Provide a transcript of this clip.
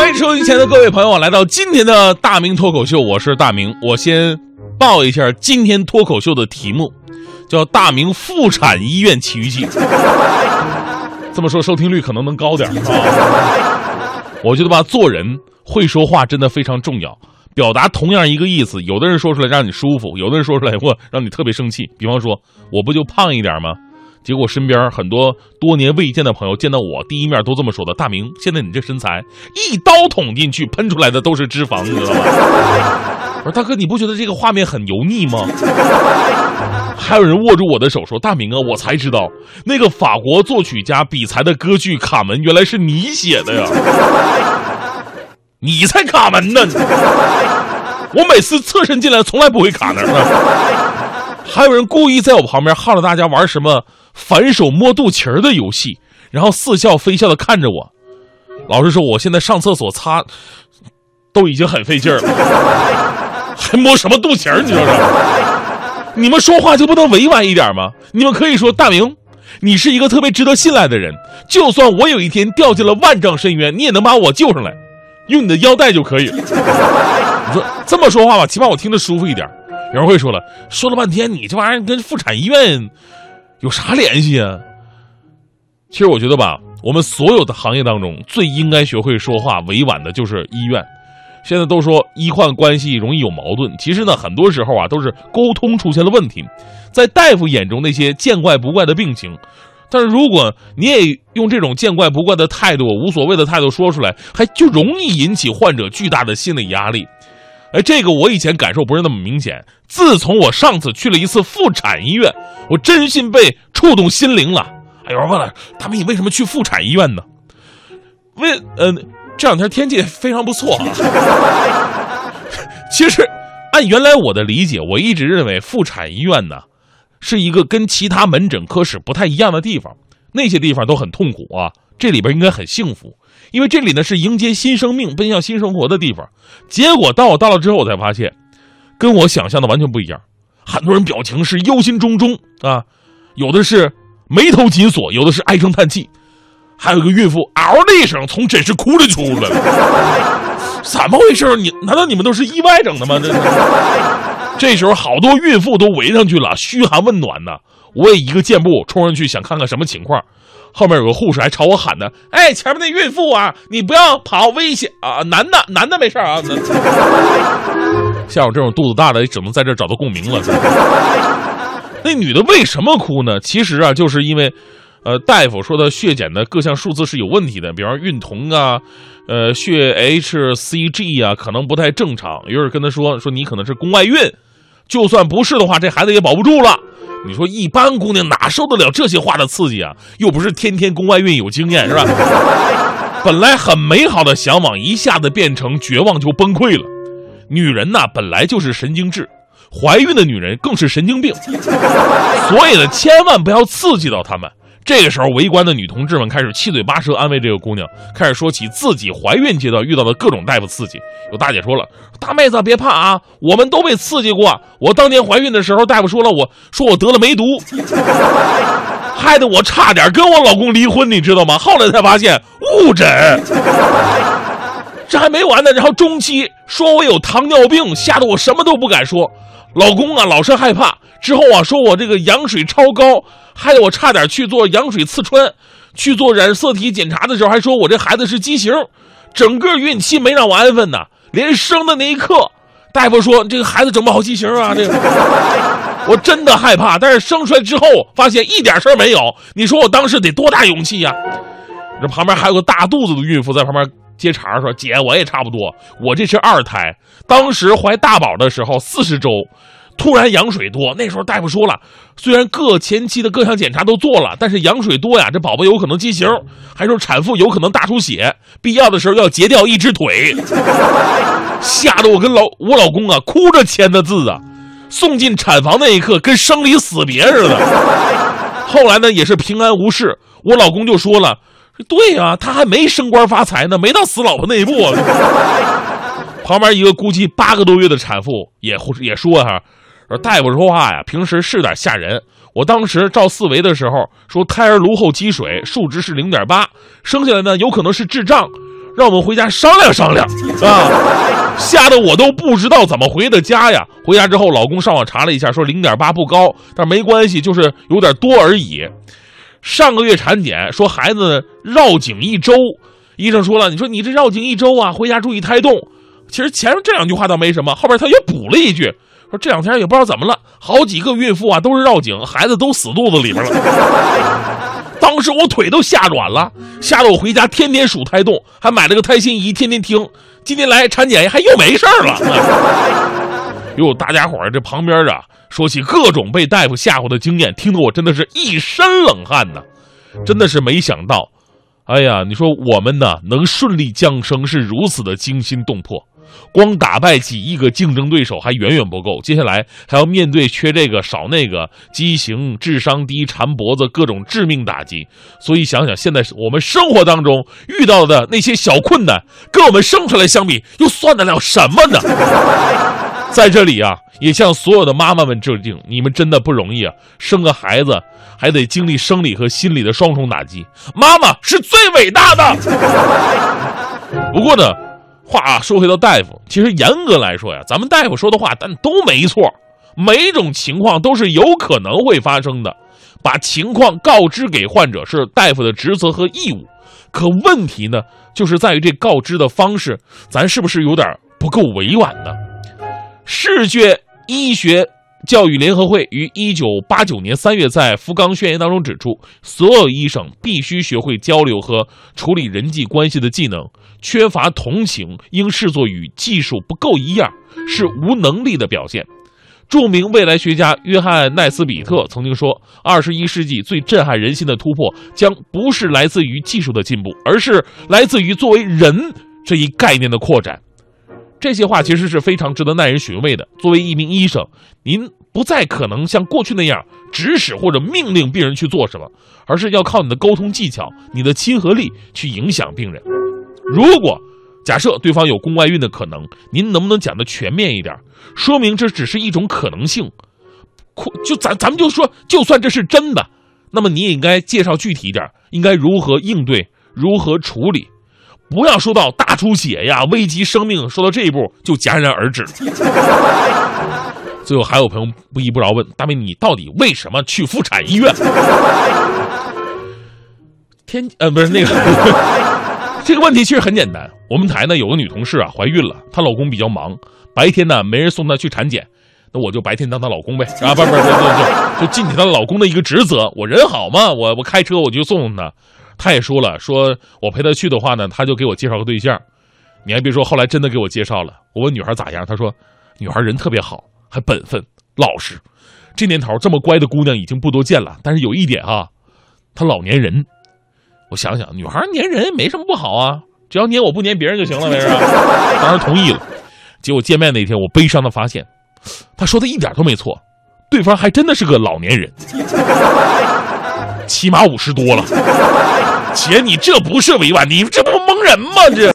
欢迎收音前的各位朋友来到今天的大明脱口秀，我是大明。我先报一下今天脱口秀的题目，叫大明妇产医院奇遇记。这么说收听率可能能高点啊。我觉得吧，做人会说话真的非常重要，表达同样一个意思，有的人说出来让你舒服，有的人说出来或让你特别生气。比方说，我不就胖一点吗？结果身边很多多年未见的朋友见到我第一面都这么说的：大明，现在你这身材一刀捅进去喷出来的都是脂肪，你知道吗？我说大哥，你不觉得这个画面很油腻吗？还有人握住我的手说：大明啊，我才知道那个法国作曲家比才的歌剧《卡门》原来是你写的呀。你才卡门呢！我每次侧身进来从来不会卡那儿。还有人故意在我旁边号召大家玩什么反手摸肚脐儿的游戏，然后似笑非笑的看着我。老实说，我现在上厕所擦都已经很费劲儿了，还摸什么肚脐儿？你说说，你们说话就不能委婉一点吗？你们可以说：大明，你是一个特别值得信赖的人，就算我有一天掉进了万丈深渊，你也能把我救上来，用你的腰带就可以了。你说这么说话吧，起码我听着舒服一点。有人会说了，说了半天你这玩意儿跟妇产医院有啥联系啊？其实我觉得吧，我们所有的行业当中最应该学会说话委婉的就是医院。现在都说医患关系容易有矛盾，其实呢很多时候啊都是沟通出现了问题。在大夫眼中那些见怪不怪的病情，但是如果你也用这种见怪不怪的态度、无所谓的态度说出来，还就容易引起患者巨大的心理压力。这个我以前感受不是那么明显，自从我上次去了一次妇产医院，我真心被触动心灵了。有人问了，大明你为什么去妇产医院呢？这两天天气非常不错啊。其实按原来我的理解，我一直认为妇产医院呢是一个跟其他门诊科室不太一样的地方，那些地方都很痛苦啊，这里边应该很幸福，因为这里呢是迎接新生命、奔向新生活的地方。结果当我到了之后，我才发现跟我想象的完全不一样。很多人表情是忧心忡忡啊，有的是眉头紧锁，有的是唉声叹气，还有一个孕妇嗷的一声从诊室哭了出来了。怎么回事？难道你们都是意外整的吗？这时候好多孕妇都围上去了，嘘寒问暖呢。我也一个箭步冲上去想看看什么情况，后面有个护士还朝我喊呢：前面那孕妇啊，你不要跑，危险啊！男的没事啊。像我这种肚子大的只能在这找到共鸣了。那女的为什么哭呢？其实啊，就是因为大夫说的血检的各项数字是有问题的，比方孕酮啊，血 HCG 啊，可能不太正常。有人跟他说你可能是宫外孕，就算不是的话，这孩子也保不住了。你说一般姑娘哪受得了这些话的刺激啊？又不是天天宫外孕有经验，是吧？本来很美好的向往一下子变成绝望就崩溃了。女人呐，本来就是神经质，怀孕的女人更是神经病，所以呢，千万不要刺激到她们。这个时候，围观的女同志们开始七嘴八舌安慰这个姑娘，开始说起自己怀孕阶段遇到的各种大夫刺激。有大姐说了：“大妹子别怕啊，我们都被刺激过。我当年怀孕的时候，大夫说了，我得了梅毒，害得我差点跟我老公离婚，你知道吗？后来才发现误诊。这还没完呢，然后中期说我有糖尿病，吓得我什么都不敢说。老公啊，老是害怕。之后啊，说我这个羊水超高，害得我差点去做羊水刺穿。去做染色体检查的时候，还说我这孩子是畸形。整个孕期没让我安分呢，连生的那一刻，大夫说这个孩子整不好畸形啊。这个我真的害怕，但是生出来之后发现一点事儿没有。你说我当时得多大勇气呀？这旁边还有个大肚子的孕妇在旁边接茬说：“姐，我也差不多，我这是2胎，当时怀大宝的时候40周。”突然羊水多，那时候大夫说了，虽然前期的各项检查都做了，但是羊水多呀，这宝宝有可能畸形，还说产妇有可能大出血，必要的时候要截掉一只腿。吓得我跟我老公啊哭着签的字啊，送进产房那一刻跟生离死别似的。后来呢也是平安无事，我老公就说了，对啊，他还没升官发财呢，没到死老婆那一步啊。旁边一个估计8个多月的产妇也说哈，大夫说话呀，平时是点吓人。我当时照4维的时候说胎儿颅后积水数值是0.8，生下来呢有可能是智障， 让我们回家商量商量啊，吓得我都不知道怎么回的家呀。回家之后，老公上网查了一下，说0.8不高，但没关系，就是有点多而已。上个月产检，说孩子绕颈1周，医生说了，你说你这绕颈1周啊，回家注意胎动。其实前面这2句话倒没什么，后边他也补了一句，说这2天也不知道怎么了，好几个孕妇啊都是绕颈，孩子都死肚子里面了。当时我腿都吓软了，吓得我回家天天数胎动，还买了个胎心仪，天天听。今天来产检还又没事了。哟，大家伙儿这旁边啊，说起各种被大夫吓唬的经验，听得我真的是一身冷汗呢。真的是没想到，哎呀，你说我们呢能顺利降生是如此的惊心动魄。光打败几亿个竞争对手还远远不够，接下来还要面对缺这个少那个、畸形、智商低、缠脖子各种致命打击。所以想想现在我们生活当中遇到的那些小困难，跟我们生出来相比，又算得了什么呢？在这里啊，也向所有的妈妈们致敬，你们真的不容易啊！生个孩子还得经历生理和心理的双重打击，妈妈是最伟大的。不过呢，话说回到大夫，其实严格来说呀，咱们大夫说的话但都没错，每一种情况都是有可能会发生的，把情况告知给患者是大夫的职责和义务。可问题呢，就是在于这告知的方式，咱是不是有点不够委婉呢？世界医学教育联合会于1989年3月在福冈宣言当中指出，所有医生必须学会交流和处理人际关系的技能，缺乏同情应视作与技术不够一样，是无能力的表现。著名未来学家约翰奈斯比特曾经说，21世纪最震撼人心的突破将不是来自于技术的进步，而是来自于作为人这一概念的扩展。这些话其实是非常值得耐人寻味的。作为一名医生，您不再可能像过去那样指使或者命令病人去做什么，而是要靠你的沟通技巧、你的亲和力去影响病人。如果假设对方有宫外孕的可能，您能不能讲得全面一点，说明这只是一种可能性？咱们就说，就算这是真的，那么你也应该介绍具体一点，应该如何应对，如何处理。不要说到大出血呀、危及生命，说到这一步就戛然而止。最后还有朋友不依不饶问，大妹你到底为什么去妇产医院？不是那个这个问题其实很简单。我们台呢有个女同事啊怀孕了，她老公比较忙，白天呢没人送她去产检，那我就白天当她老公呗，啊不就尽起她老公的一个职责。我人好嘛，我开车我就送她。他也说了，说我陪他去的话呢，他就给我介绍个对象。你还别说，后来真的给我介绍了。我问女孩咋样，她说女孩人特别好，还本分老实。这年头这么乖的姑娘已经不多见了，但是有一点啊，她老粘人。我想想，女孩粘人没什么不好啊，只要粘我不粘别人就行了，没事。当然同意了。结果见面那天，我悲伤的发现，她说的一点都没错，对方还真的是个老年人，起码50多了。姐，你这不是委婉，你这不蒙人吗？这。